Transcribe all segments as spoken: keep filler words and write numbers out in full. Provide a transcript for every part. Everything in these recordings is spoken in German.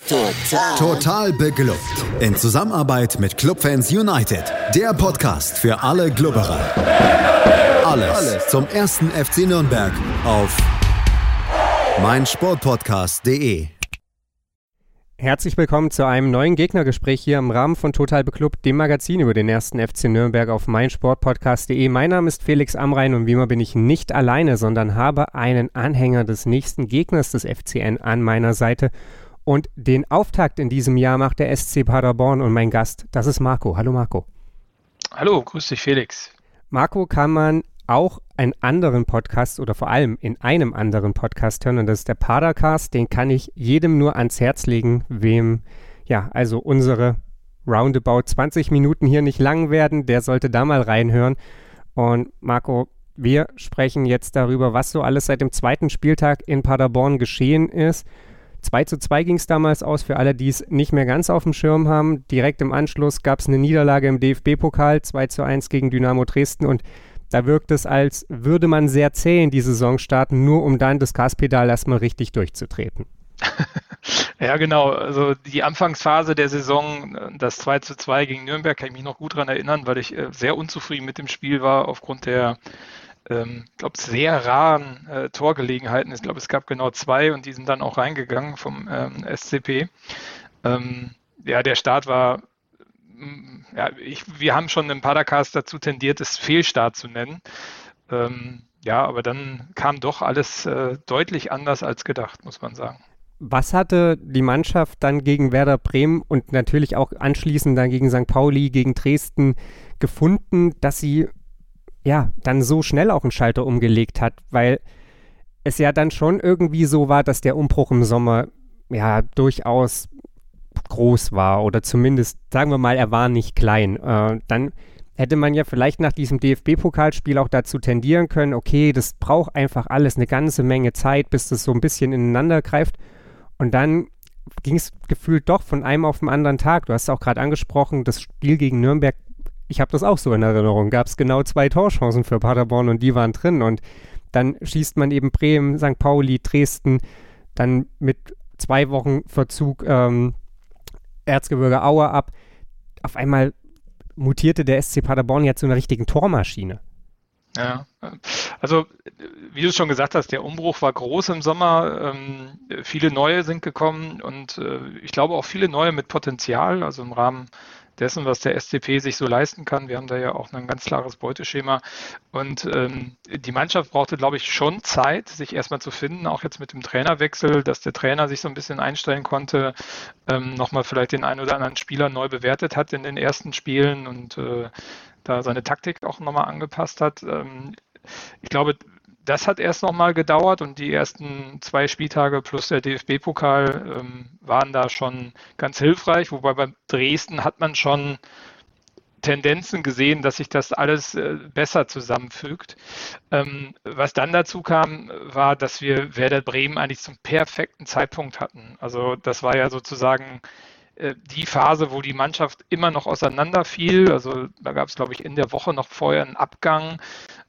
Total. Total beglückt. In Zusammenarbeit mit Clubfans United. Der Podcast für alle Glubberer. Alles, Alles zum ersten F C Nürnberg auf meinsportpodcast punkt de. Herzlich willkommen zu einem neuen Gegnergespräch hier im Rahmen von Total Beklubbt, dem Magazin über den ersten F C Nürnberg auf meinsportpodcast punkt de. Mein Name ist Felix Amrain und wie immer bin ich nicht alleine, sondern habe einen Anhänger des nächsten Gegners des F C N an meiner Seite. Und den Auftakt in diesem Jahr macht der S C Paderborn und mein Gast, das ist Marco. Hallo Marco. Hallo, grüß dich Felix. Marco kann man auch einen anderen Podcast oder vor allem in einem anderen Podcast hören und das ist der Padercast. Den kann ich jedem nur ans Herz legen, wem, ja, also unsere roundabout zwanzig Minuten hier nicht lang werden, der sollte da mal reinhören. Und Marco, wir sprechen jetzt darüber, was so alles seit dem zweiten Spieltag in Paderborn geschehen ist. zwei zu zwei ging es damals aus, für alle, die es nicht mehr ganz auf dem Schirm haben. Direkt im Anschluss gab es eine Niederlage im D F B-Pokal, zwei zu eins gegen Dynamo Dresden und da wirkt es, als würde man sehr zäh in die Saison starten, nur um dann das Gaspedal erstmal richtig durchzutreten. Ja, genau. Also die Anfangsphase der Saison, das zwei zu zwei gegen Nürnberg, kann ich mich noch gut daran erinnern, weil ich äh, sehr unzufrieden mit dem Spiel war aufgrund der, ähm, ich glaube, sehr raren äh, Torgelegenheiten. Ich glaube, es gab genau zwei und die sind dann auch reingegangen vom ähm, S C P. Ähm, ja, der Start war Ja, ich, wir haben schon im Padercast dazu tendiert, es Fehlstart zu nennen. Ähm, ja, aber dann kam doch alles äh, deutlich anders als gedacht, muss man sagen. Was hatte die Mannschaft dann gegen Werder Bremen und natürlich auch anschließend dann gegen Sankt Pauli, gegen Dresden gefunden, dass sie ja dann so schnell auch einen Schalter umgelegt hat? Weil es ja dann schon irgendwie so war, dass der Umbruch im Sommer ja durchaus groß war oder zumindest, sagen wir mal, er war nicht klein. Äh, dann hätte man ja vielleicht nach diesem D F B-Pokalspiel auch dazu tendieren können, okay, das braucht einfach alles eine ganze Menge Zeit, bis das so ein bisschen ineinander greift. Und dann ging es gefühlt doch von einem auf den anderen Tag. Du hast es auch gerade angesprochen, das Spiel gegen Nürnberg, ich habe das auch so in Erinnerung, gab es genau zwei Torchancen für Paderborn und die waren drin. Und dann schießt man eben Bremen, Sankt Pauli, Dresden, dann mit zwei Wochen Verzug ähm, Erzgebirge Aue ab. Auf einmal mutierte der S C Paderborn jetzt zu einer richtigen Tormaschine. Ja, also wie du schon gesagt hast, der Umbruch war groß im Sommer. Ähm, viele Neue sind gekommen und äh, ich glaube auch viele Neue mit Potenzial, also im Rahmen dessen, was der S C P sich so leisten kann. Wir haben da ja auch ein ganz klares Beuteschema und ähm, die Mannschaft brauchte, glaube ich, schon Zeit, sich erstmal zu finden, auch jetzt mit dem Trainerwechsel, dass der Trainer sich so ein bisschen einstellen konnte, ähm, nochmal vielleicht den einen oder anderen Spieler neu bewertet hat in den ersten Spielen und äh, da seine Taktik auch nochmal angepasst hat. Ähm, ich glaube, das hat erst nochmal gedauert und die ersten zwei Spieltage plus der D F B-Pokal ähm, waren da schon ganz hilfreich, wobei bei Dresden hat man schon Tendenzen gesehen, dass sich das alles äh, besser zusammenfügt. Ähm, was dann dazu kam, war, dass wir Werder Bremen eigentlich zum perfekten Zeitpunkt hatten. Also das war ja sozusagen äh, die Phase, wo die Mannschaft immer noch auseinanderfiel. Also da gab es, glaube ich, in der Woche noch vorher einen Abgang.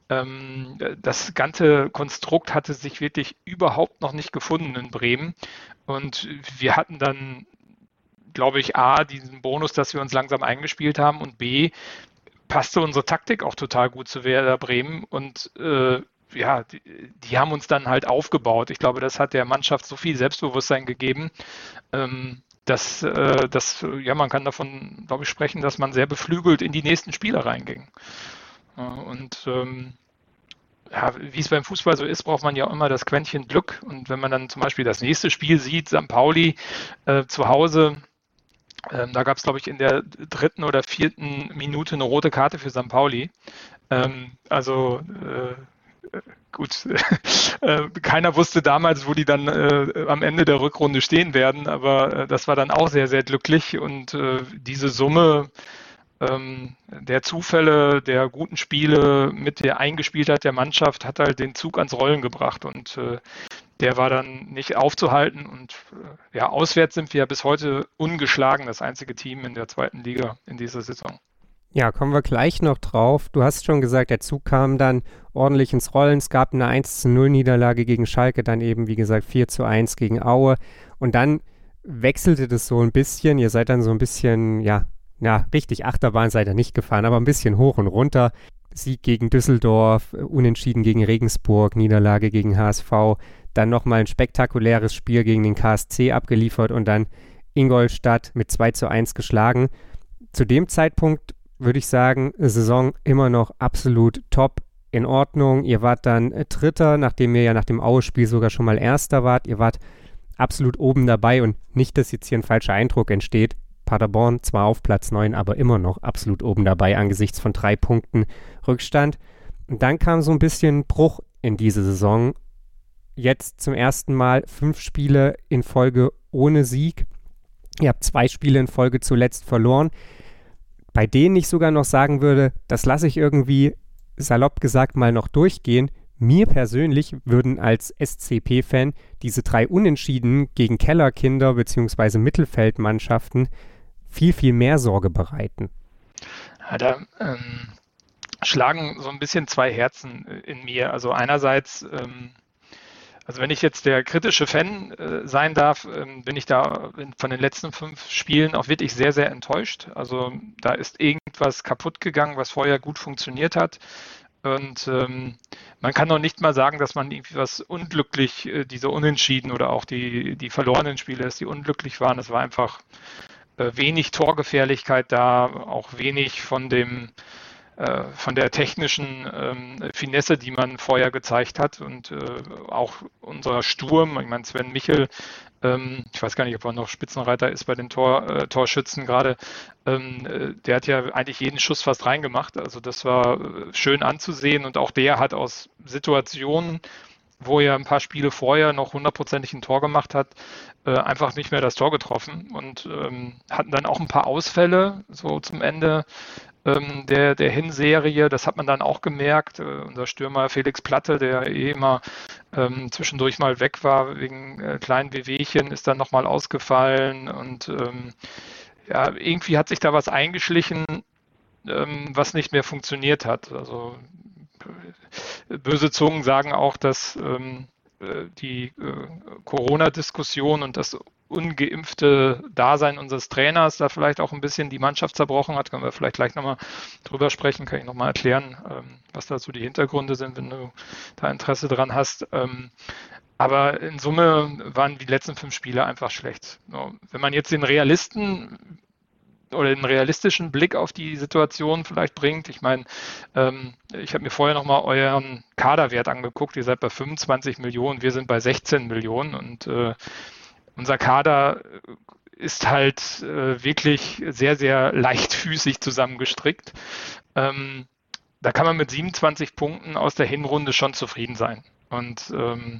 Das ganze Konstrukt hatte sich wirklich überhaupt noch nicht gefunden in Bremen und wir hatten dann, glaube ich, A, diesen Bonus, dass wir uns langsam eingespielt haben und B, passte unsere Taktik auch total gut zu Werder Bremen und äh, ja, die, die haben uns dann halt aufgebaut. Ich glaube, das hat der Mannschaft so viel Selbstbewusstsein gegeben, ähm, dass, äh, dass ja, man kann davon, glaube ich, sprechen, dass man sehr beflügelt in die nächsten Spiele reinging. Und ähm, ja, wie es beim Fußball so ist, braucht man ja immer das Quäntchen Glück. Und wenn man dann zum Beispiel das nächste Spiel sieht, Sankt Pauli äh, zu Hause, ähm, da gab es, glaube ich, in der dritten oder vierten Minute eine rote Karte für Sankt Pauli. Ähm, also äh, gut, äh, keiner wusste damals, wo die dann äh, am Ende der Rückrunde stehen werden, aber äh, das war dann auch sehr, sehr glücklich. Und äh, diese Summe der Zufälle, der guten Spiele mit der Eingespieltheit der Mannschaft hat halt den Zug ans Rollen gebracht und äh, der war dann nicht aufzuhalten und äh, ja, auswärts sind wir ja bis heute ungeschlagen, das einzige Team in der zweiten Liga in dieser Saison. Ja, kommen wir gleich noch drauf. Du hast schon gesagt, der Zug kam dann ordentlich ins Rollen. Es gab eine eins zu null Niederlage gegen Schalke, dann eben, wie gesagt, vier zu eins gegen Aue und dann wechselte das so ein bisschen. Ihr seid dann so ein bisschen, ja, ja, richtig Achterbahn seid ihr nicht gefahren, aber ein bisschen hoch und runter. Sieg gegen Düsseldorf, Unentschieden gegen Regensburg, Niederlage gegen H S V, dann nochmal ein spektakuläres Spiel gegen den K S C abgeliefert und dann Ingolstadt mit zwei zu eins geschlagen. Zu dem Zeitpunkt würde ich sagen, Saison immer noch absolut top, in Ordnung. Ihr wart dann äh, Dritter, nachdem ihr ja nach dem Aue-Spiel sogar schon mal Erster wart. Ihr wart absolut oben dabei und nicht, dass jetzt hier ein falscher Eindruck entsteht. Paderborn zwar auf Platz neun, aber immer noch absolut oben dabei angesichts von drei Punkten Rückstand. Und dann kam so ein bisschen Bruch in diese Saison. Jetzt zum ersten Mal fünf Spiele in Folge ohne Sieg. Ihr habt zwei Spiele in Folge zuletzt verloren, bei denen ich sogar noch sagen würde, das lasse ich irgendwie salopp gesagt mal noch durchgehen. Mir persönlich würden als S C P-Fan diese drei Unentschieden gegen Kellerkinder bzw. Mittelfeldmannschaften viel, viel mehr Sorge bereiten. Ja, da ähm, schlagen so ein bisschen zwei Herzen in mir. Also einerseits, ähm, also wenn ich jetzt der kritische Fan äh, sein darf, ähm, bin ich da von den letzten fünf Spielen auch wirklich sehr, sehr enttäuscht. Also da ist irgendwas kaputt gegangen, was vorher gut funktioniert hat. Und ähm, man kann noch nicht mal sagen, dass man irgendwie was unglücklich, äh, diese Unentschieden oder auch die, die verlorenen Spiele, dass die unglücklich waren. Es war einfach äh, wenig Torgefährlichkeit da, auch wenig von dem äh, von der technischen ähm, Finesse, die man vorher gezeigt hat. Und äh, auch unser Sturm, ich meine Sven Michel, ähm, ich weiß gar nicht, ob er noch Spitzenreiter ist bei den Tor, äh, Torschützen gerade, ähm, äh, der hat ja eigentlich jeden Schuss fast reingemacht. Also das war äh, schön anzusehen und auch der hat aus Situationen, wo er ein paar Spiele vorher noch hundertprozentig ein Tor gemacht hat, äh, einfach nicht mehr das Tor getroffen und ähm, hatten dann auch ein paar Ausfälle so zum Ende ähm, der, der Hinserie. Das hat man dann auch gemerkt. Äh, unser Stürmer Felix Platte, der eh immer ähm, zwischendurch mal weg war wegen äh, kleinen Wehwehchen, ist dann nochmal ausgefallen und ähm, ja, irgendwie hat sich da was eingeschlichen, ähm, was nicht mehr funktioniert hat. Also böse Zungen sagen auch, dass ähm, die äh, Corona-Diskussion und das ungeimpfte Dasein unseres Trainers da vielleicht auch ein bisschen die Mannschaft zerbrochen hat. Können wir vielleicht gleich nochmal drüber sprechen, kann ich nochmal erklären, ähm, was da so die Hintergründe sind, wenn du da Interesse dran hast. Ähm, aber in Summe waren die letzten fünf Spiele einfach schlecht. So, wenn man jetzt den Realisten oder den realistischen Blick auf die Situation vielleicht bringt. Ich meine, ähm, ich habe mir vorher nochmal euren Kaderwert angeguckt. Ihr seid bei fünfundzwanzig Millionen, wir sind bei sechzehn Millionen und äh, unser Kader ist halt äh, wirklich sehr, sehr leichtfüßig zusammengestrickt. Ähm, da kann man mit siebenundzwanzig Punkten aus der Hinrunde schon zufrieden sein. Und ähm,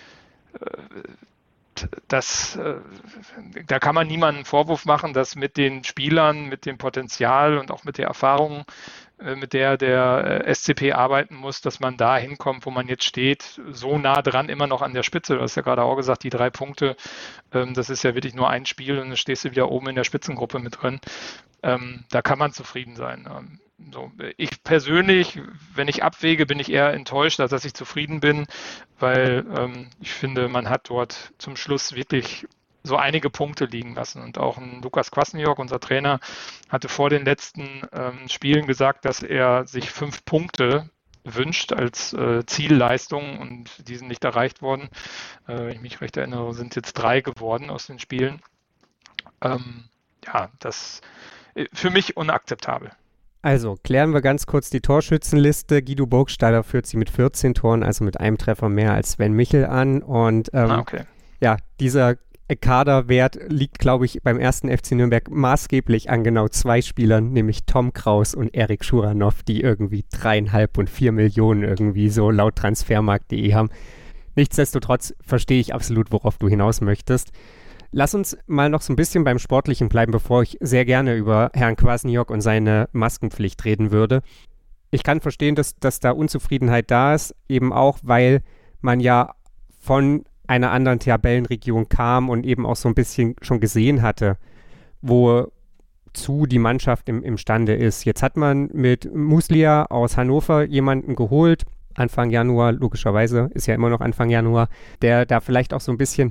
Das, da kann man niemanden einen Vorwurf machen, dass mit den Spielern, mit dem Potenzial und auch mit der Erfahrung, mit der der S C P arbeiten muss, dass man da hinkommt, wo man jetzt steht, so nah dran immer noch an der Spitze. Du hast ja gerade auch gesagt, die drei Punkte, das ist ja wirklich nur ein Spiel und dann stehst du wieder oben in der Spitzengruppe mit drin. Da kann man zufrieden sein. So, ich persönlich, wenn ich abwäge, bin ich eher enttäuscht, als dass ich zufrieden bin, weil ähm, ich finde, man hat dort zum Schluss wirklich so einige Punkte liegen lassen. Und auch ein Lukas Kwasniok, unser Trainer, hatte vor den letzten ähm, Spielen gesagt, dass er sich fünf Punkte wünscht als äh, Zielleistung und die sind nicht erreicht worden. Äh, wenn ich mich recht erinnere, sind jetzt drei geworden aus den Spielen. Ähm, ja, das ist für mich unakzeptabel. Also, klären wir ganz kurz die Torschützenliste. Guido Burgstaller führt sie mit vierzehn Toren, also mit einem Treffer mehr als Sven Michel an. Und ähm, ah, okay. ja, dieser Kaderwert liegt, glaube ich, beim ersten F C Nürnberg maßgeblich an genau zwei Spielern, nämlich Tom Kraus und Erik Schuranov, die irgendwie dreieinhalb und vier Millionen irgendwie so laut transfermarkt punkt de haben. Nichtsdestotrotz verstehe ich absolut, worauf du hinaus möchtest. Lass uns mal noch so ein bisschen beim Sportlichen bleiben, bevor ich sehr gerne über Herrn Kwasniok und seine Maskenpflicht reden würde. Ich kann verstehen, dass, dass da Unzufriedenheit da ist, eben auch, weil man ja von einer anderen Tabellenregion kam und eben auch so ein bisschen schon gesehen hatte, wozu die Mannschaft im, imstande ist. Jetzt hat man mit Muslia aus Hannover jemanden geholt, Anfang Januar, logischerweise, ist ja immer noch Anfang Januar, der da vielleicht auch so ein bisschen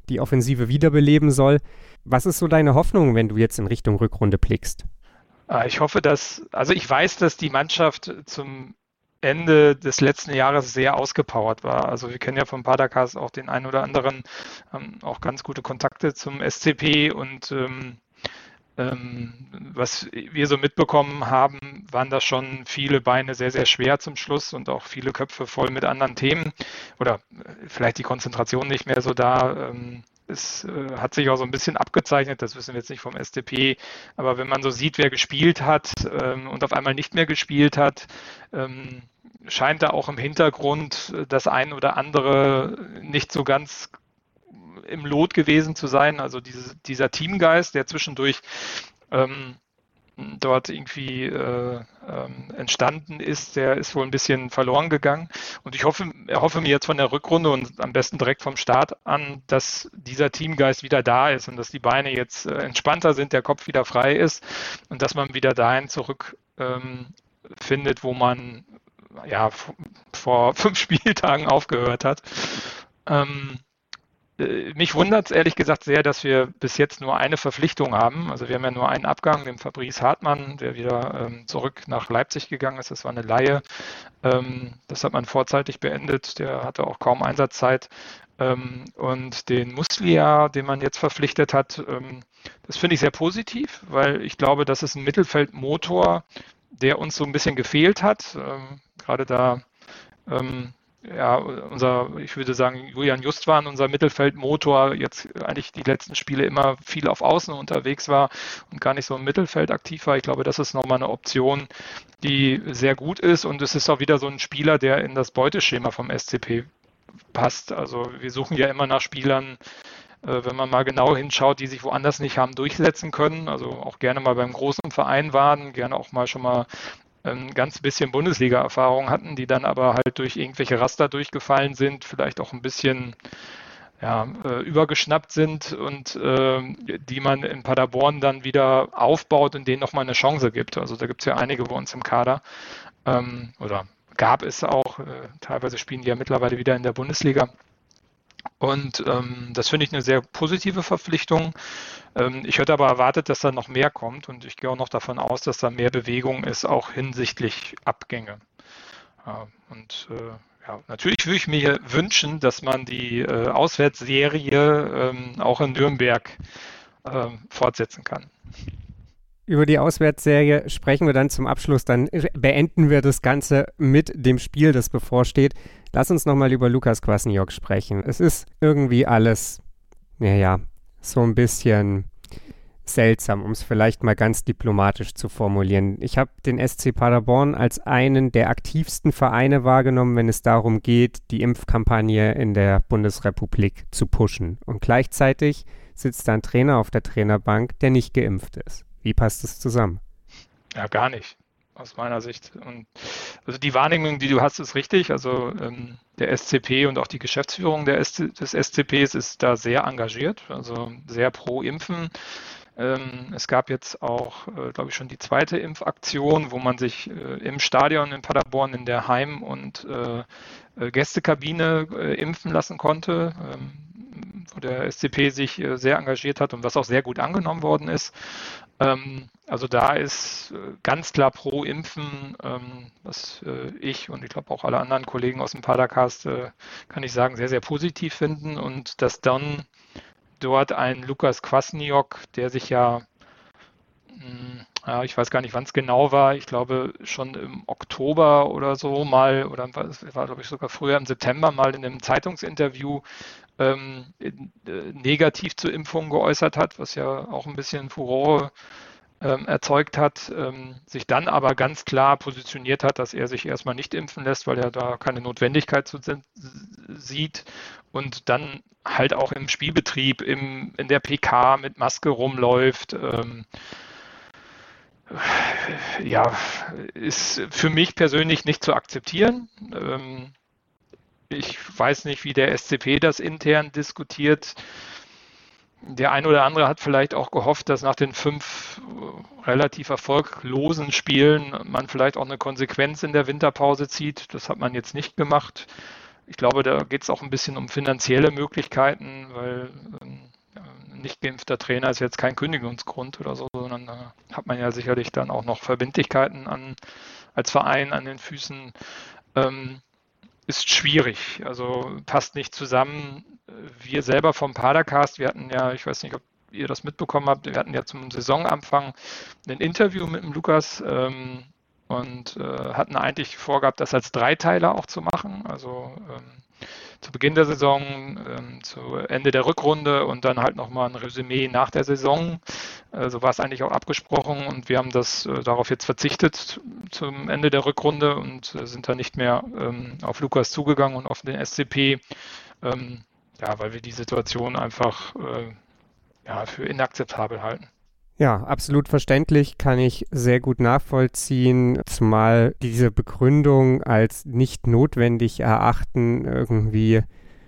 die Offensive wiederbeleben soll. Was ist so deine Hoffnung, wenn du jetzt in Richtung Rückrunde blickst? Ich hoffe, dass, also ich weiß, dass die Mannschaft zum Ende des letzten Jahres sehr ausgepowert war. Also wir kennen ja von Padercast auch den einen oder anderen, haben auch ganz gute Kontakte zum S C P und ähm, ähm, was wir so mitbekommen haben, waren da schon viele Beine sehr, sehr schwer zum Schluss und auch viele Köpfe voll mit anderen Themen oder vielleicht die Konzentration nicht mehr so da. Ähm, Es äh, hat sich auch so ein bisschen abgezeichnet, das wissen wir jetzt nicht vom S C P, aber wenn man so sieht, wer gespielt hat ähm, und auf einmal nicht mehr gespielt hat, ähm, scheint da auch im Hintergrund das ein oder andere nicht so ganz im Lot gewesen zu sein. Also diese, dieser Teamgeist, der zwischendurch ähm, dort irgendwie äh, ähm, entstanden ist, der ist wohl ein bisschen verloren gegangen. Und ich hoffe, erhoffe mir jetzt von der Rückrunde und am besten direkt vom Start an, dass dieser Teamgeist wieder da ist und dass die Beine jetzt äh, entspannter sind, der Kopf wieder frei ist und dass man wieder dahin zurück ähm, findet, wo man ja f- vor fünf Spieltagen aufgehört hat. Ähm, Mich wundert es ehrlich gesagt sehr, dass wir bis jetzt nur eine Verpflichtung haben. Also wir haben ja nur einen Abgang, den Fabrice Hartmann, der wieder ähm, zurück nach Leipzig gegangen ist. Das war eine Leihe. Ähm, das hat man vorzeitig beendet. Der hatte auch kaum Einsatzzeit. Ähm, und den Muslia, den man jetzt verpflichtet hat, ähm, das finde ich sehr positiv, weil ich glaube, das ist ein Mittelfeldmotor, der uns so ein bisschen gefehlt hat. Ähm, gerade da ähm, ja, unser, ich würde sagen, Julian Justwan, unser Mittelfeldmotor, jetzt eigentlich die letzten Spiele immer viel auf Außen unterwegs war und gar nicht so im Mittelfeld aktiv war. Ich glaube, das ist nochmal eine Option, die sehr gut ist und es ist auch wieder so ein Spieler, der in das Beuteschema vom S C P passt. Also wir suchen ja immer nach Spielern, äh, wenn man mal genau hinschaut, die sich woanders nicht haben durchsetzen können, also auch gerne mal beim großen Verein waren, gerne auch mal schon mal ein ganz bisschen Bundesliga-Erfahrung hatten, die dann aber halt durch irgendwelche Raster durchgefallen sind, vielleicht auch ein bisschen ja, äh, übergeschnappt sind und äh, die man in Paderborn dann wieder aufbaut und denen nochmal eine Chance gibt. Also da gibt es ja einige bei uns im Kader ähm, oder gab es auch, äh, teilweise spielen die ja mittlerweile wieder in der Bundesliga. Und ähm, das finde ich eine sehr positive Verpflichtung. Ähm, ich hätte aber erwartet, dass da noch mehr kommt und ich gehe auch noch davon aus, dass da mehr Bewegung ist, auch hinsichtlich Abgänge. Ja, und äh, ja, natürlich würde ich mir wünschen, dass man die äh, Auswärtsserie ähm, auch in Nürnberg äh, fortsetzen kann. Über die Auswärtsserie sprechen wir dann zum Abschluss. Dann beenden wir das Ganze mit dem Spiel, das bevorsteht. Lass uns nochmal über Lukas Kwasniok sprechen. Es ist irgendwie alles, naja, so ein bisschen seltsam, um es vielleicht mal ganz diplomatisch zu formulieren. Ich habe den S C Paderborn als einen der aktivsten Vereine wahrgenommen, wenn es darum geht, die Impfkampagne in der Bundesrepublik zu pushen. Und gleichzeitig sitzt da ein Trainer auf der Trainerbank, der nicht geimpft ist. Wie passt das zusammen? Ja, gar nicht, aus meiner Sicht. Und also die Wahrnehmung, die du hast, ist richtig. Also ähm, der S C P und auch die Geschäftsführung der S C, des S C Ps ist da sehr engagiert, also sehr pro Impfen. Ähm, es gab jetzt auch, äh, glaube ich, schon die zweite Impfaktion, wo man sich äh, im Stadion in Paderborn in der Heim- und äh, äh, Gästekabine äh, impfen lassen konnte, ähm, wo der S C P sich äh, sehr engagiert hat und was auch sehr gut angenommen worden ist. Ähm, also da ist äh, ganz klar pro Impfen, ähm, was äh, ich und ich glaube auch alle anderen Kollegen aus dem Padercast, äh, kann ich sagen, sehr, sehr positiv finden und dass dann dort ein Lukas Kwasniok, der sich ja, mh, ja, ich weiß gar nicht, wann es genau war, ich glaube schon im Oktober oder so mal, oder es war, glaube ich, sogar früher im September mal in einem Zeitungsinterview ähm, in, äh, negativ zur Impfung geäußert hat, was ja auch ein bisschen Furore ähm, erzeugt hat, ähm, sich dann aber ganz klar positioniert hat, dass er sich erstmal nicht impfen lässt, weil er da keine Notwendigkeit zu sieht und dann halt auch im Spielbetrieb, im, in der P K mit Maske rumläuft. Ähm, ja, ist für mich persönlich nicht zu akzeptieren. Ähm, ich weiß nicht, wie der S C P das intern diskutiert. Der ein oder andere hat vielleicht auch gehofft, dass nach den fünf relativ erfolglosen Spielen man vielleicht auch eine Konsequenz in der Winterpause zieht. Das hat man jetzt nicht gemacht. ich glaube, da geht es auch ein bisschen um finanzielle Möglichkeiten, weil ähm, ein nicht geimpfter Trainer ist jetzt kein Kündigungsgrund oder so, sondern da hat man ja sicherlich dann auch noch Verbindlichkeiten an, als Verein an den Füßen. Ähm, ist schwierig, also passt nicht zusammen. Wir selber vom Padercast, wir hatten ja, ich weiß nicht, ob ihr das mitbekommen habt, wir hatten ja zum Saisonanfang ein Interview mit dem Lukas ähm, und äh, hatten eigentlich vorgehabt, das als Dreiteiler auch zu machen, also ähm, zu Beginn der Saison, ähm, zu Ende der Rückrunde und dann halt nochmal ein Resümee nach der Saison. Äh, so war es eigentlich auch abgesprochen und wir haben das äh, darauf jetzt verzichtet zum Ende der Rückrunde und äh, sind da nicht mehr ähm, auf Lukas zugegangen und auf den S C P, ähm, ja, weil wir die Situation einfach äh, ja, für inakzeptabel halten. Ja, absolut verständlich, kann ich sehr gut nachvollziehen, zumal diese Begründung als nicht notwendig erachten irgendwie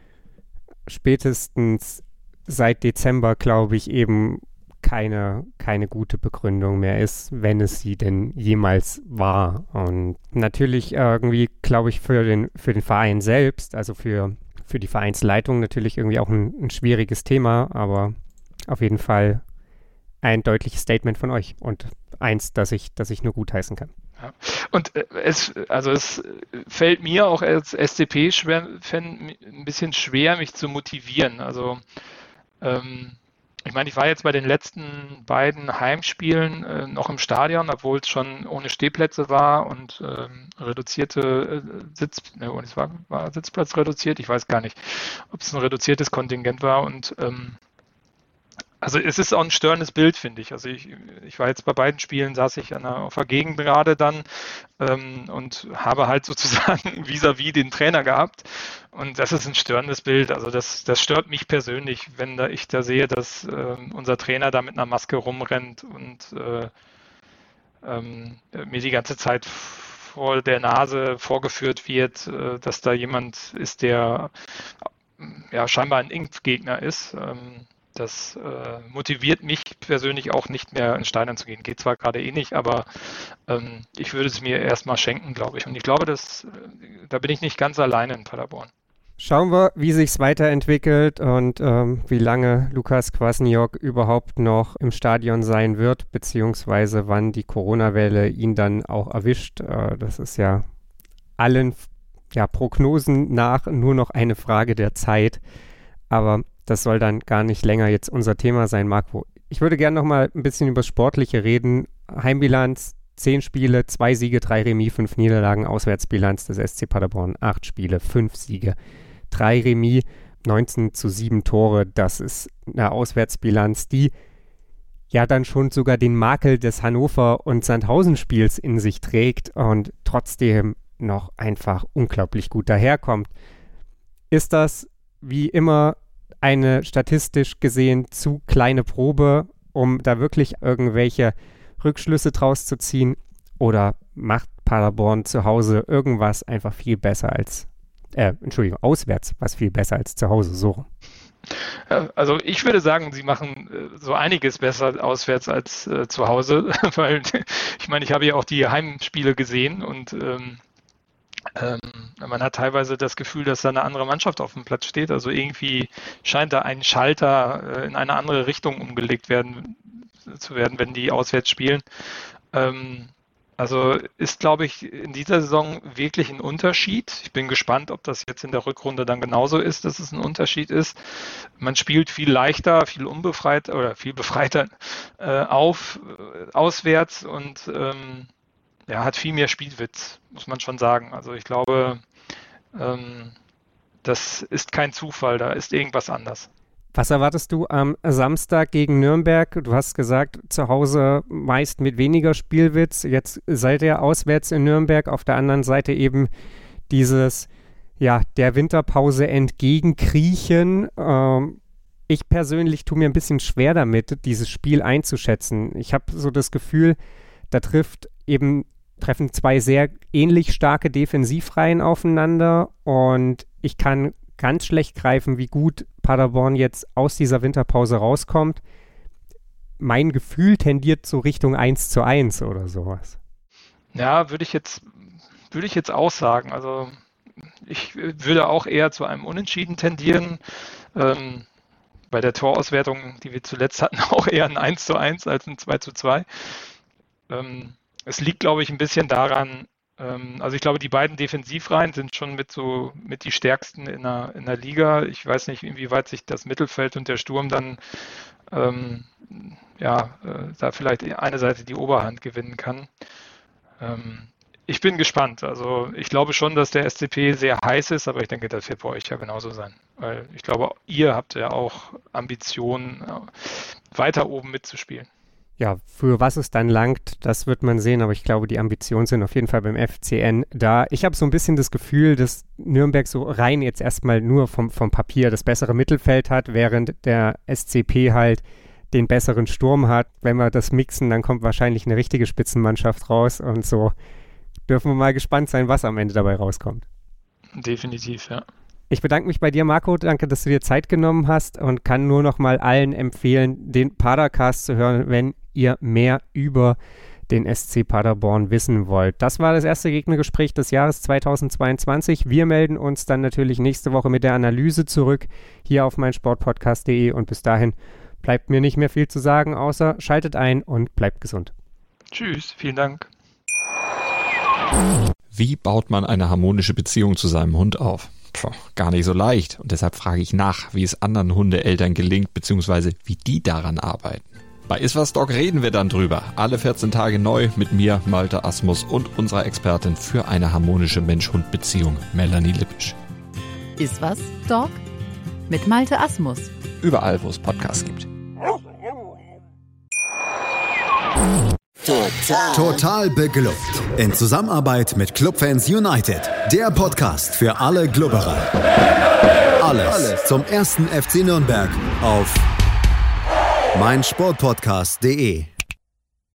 spätestens seit Dezember, glaube ich, eben keine, keine gute Begründung mehr ist, wenn es sie denn jemals war. Und natürlich irgendwie, glaube ich, für den, für den Verein selbst, also für, für die Vereinsleitung natürlich irgendwie auch ein, ein schwieriges Thema, aber auf jeden Fall ein deutliches Statement von euch und eins, das ich, das ich nur gutheißen kann. Ja. Und äh, es, also es fällt mir auch als S C P-Fan ein bisschen schwer, mich zu motivieren. Also ähm, ich meine, ich war jetzt bei den letzten beiden Heimspielen äh, noch im Stadion, obwohl es schon ohne Stehplätze war und ähm, reduzierte äh, Sitz, ne, es war, war Sitzplatz reduziert. Ich weiß gar nicht, ob es ein reduziertes Kontingent war und ähm, also es ist auch ein störendes Bild, finde ich. Also ich, ich war jetzt bei beiden Spielen, saß ich an der, auf der Gegend gerade dann ähm, und habe halt sozusagen vis-à-vis den Trainer gehabt. Und das ist ein störendes Bild. Also das, das stört mich persönlich, wenn da ich da sehe, dass äh, unser Trainer da mit einer Maske rumrennt und äh, ähm, mir die ganze Zeit vor der Nase vorgeführt wird, äh, dass da jemand ist, der ja scheinbar ein Impfgegner ist. Ähm, Das äh, motiviert mich persönlich auch nicht mehr ins Stadion zu gehen. Geht zwar gerade eh nicht, aber ähm, ich würde es mir erstmal schenken, glaube ich. Und ich glaube, dass, äh, da bin ich nicht ganz alleine in Paderborn. Schauen wir, wie sich es weiterentwickelt und ähm, wie lange Lukas Kwasniok überhaupt noch im Stadion sein wird, beziehungsweise wann die Corona-Welle ihn dann auch erwischt. Äh, das ist ja allen ja, Prognosen nach nur noch eine Frage der Zeit. Aber das soll dann gar nicht länger jetzt unser Thema sein, Marco. Ich würde gerne noch mal ein bisschen über das Sportliche reden. Heimbilanz, zehn Spiele, zwei Siege, drei Remis, fünf Niederlagen. Auswärtsbilanz des S C Paderborn, acht Spiele, fünf Siege, drei Remis, neunzehn zu sieben Tore. Das ist eine Auswärtsbilanz, die ja dann schon sogar den Makel des Hannover- und Sandhausen-Spiels in sich trägt und trotzdem noch einfach unglaublich gut daherkommt. Ist das wie immer eine statistisch gesehen zu kleine Probe, um da wirklich irgendwelche Rückschlüsse draus zu ziehen? Oder macht Paderborn zu Hause irgendwas einfach viel besser als, äh, Entschuldigung, auswärts was viel besser als zu Hause, so? Also ich würde sagen, sie machen äh, so einiges besser auswärts als äh, zu Hause, weil ich meine, ich habe ja auch die Heimspiele gesehen und ähm, Ähm, man hat teilweise das Gefühl, dass da eine andere Mannschaft auf dem Platz steht. Also irgendwie scheint da ein Schalter äh, in eine andere Richtung umgelegt werden zu werden, wenn die auswärts spielen. Ähm, also ist, glaube ich, in dieser Saison wirklich ein Unterschied. Ich bin gespannt, ob das jetzt in der Rückrunde dann genauso ist, dass es ein Unterschied ist. Man spielt viel leichter, viel unbefreiter oder viel befreiter äh, auf, äh, auswärts und ähm, ja, hat viel mehr Spielwitz, muss man schon sagen. Also ich glaube, ähm, das ist kein Zufall, da ist irgendwas anders. Was erwartest du am Samstag gegen Nürnberg? Du hast gesagt, zu Hause meist mit weniger Spielwitz. Jetzt seid ihr auswärts in Nürnberg. Auf der anderen Seite eben dieses, ja, der Winterpause entgegenkriechen. Ähm, ich persönlich tue mir ein bisschen schwer damit, dieses Spiel einzuschätzen. Ich habe so das Gefühl, da trifft eben treffen zwei sehr ähnlich starke Defensivreihen aufeinander und ich kann ganz schlecht greifen, wie gut Paderborn jetzt aus dieser Winterpause rauskommt. Mein Gefühl tendiert so Richtung eins zu eins oder sowas. Ja, würde ich jetzt, würde ich jetzt auch sagen. Also ich würde auch eher zu einem Unentschieden tendieren. Ähm, bei der Torauswertung, die wir zuletzt hatten, auch eher ein eins zu eins als ein zwei zu zwei. Ähm, es liegt, glaube ich, ein bisschen daran, ähm, also ich glaube, die beiden Defensivreihen sind schon mit so mit die stärksten in der, in der Liga. Ich weiß nicht, inwieweit sich das Mittelfeld und der Sturm dann ähm, ja, äh, da vielleicht eine Seite die Oberhand gewinnen kann. Ähm, ich bin gespannt. Also ich glaube schon, dass der S C P sehr heiß ist, aber ich denke, das wird bei euch ja genauso sein. Weil ich glaube, ihr habt ja auch Ambitionen, weiter oben mitzuspielen. Ja, für was es dann langt, das wird man sehen, aber ich glaube, die Ambitionen sind auf jeden Fall beim F C N da. Ich habe so ein bisschen das Gefühl, dass Nürnberg so rein jetzt erstmal nur vom, vom Papier das bessere Mittelfeld hat, während der S C P halt den besseren Sturm hat. Wenn wir das mixen, dann kommt wahrscheinlich eine richtige Spitzenmannschaft raus und so dürfen wir mal gespannt sein, was am Ende dabei rauskommt. Definitiv, ja. Ich bedanke mich bei dir, Marco. Danke, dass du dir Zeit genommen hast und kann nur noch mal allen empfehlen, den Padercast zu hören, wenn ihr mehr über den S C Paderborn wissen wollt. Das war das erste Gegnergespräch des Jahres zweitausendzweiundzwanzig. Wir melden uns dann natürlich nächste Woche mit der Analyse zurück hier auf meinsportpodcast punkt de und bis dahin bleibt mir nicht mehr viel zu sagen, außer schaltet ein und bleibt gesund. Tschüss, vielen Dank. Wie baut man eine harmonische Beziehung zu seinem Hund auf? Puh, gar nicht so leicht. Und deshalb frage ich nach, wie es anderen Hundeeltern gelingt, beziehungsweise wie die daran arbeiten. Bei Iswas Dog reden wir dann drüber. Alle vierzehn Tage neu mit mir, Malte Asmus und unserer Expertin für eine harmonische Mensch-Hund-Beziehung, Melanie Lippisch. Iswas Dog mit Malte Asmus. Überall, wo es Podcasts gibt. Total. Total beglückt. In Zusammenarbeit mit Clubfans United. Der Podcast für alle Glubberer. Alles, Alles zum ersten F C Nürnberg auf meinsportpodcast punkt de.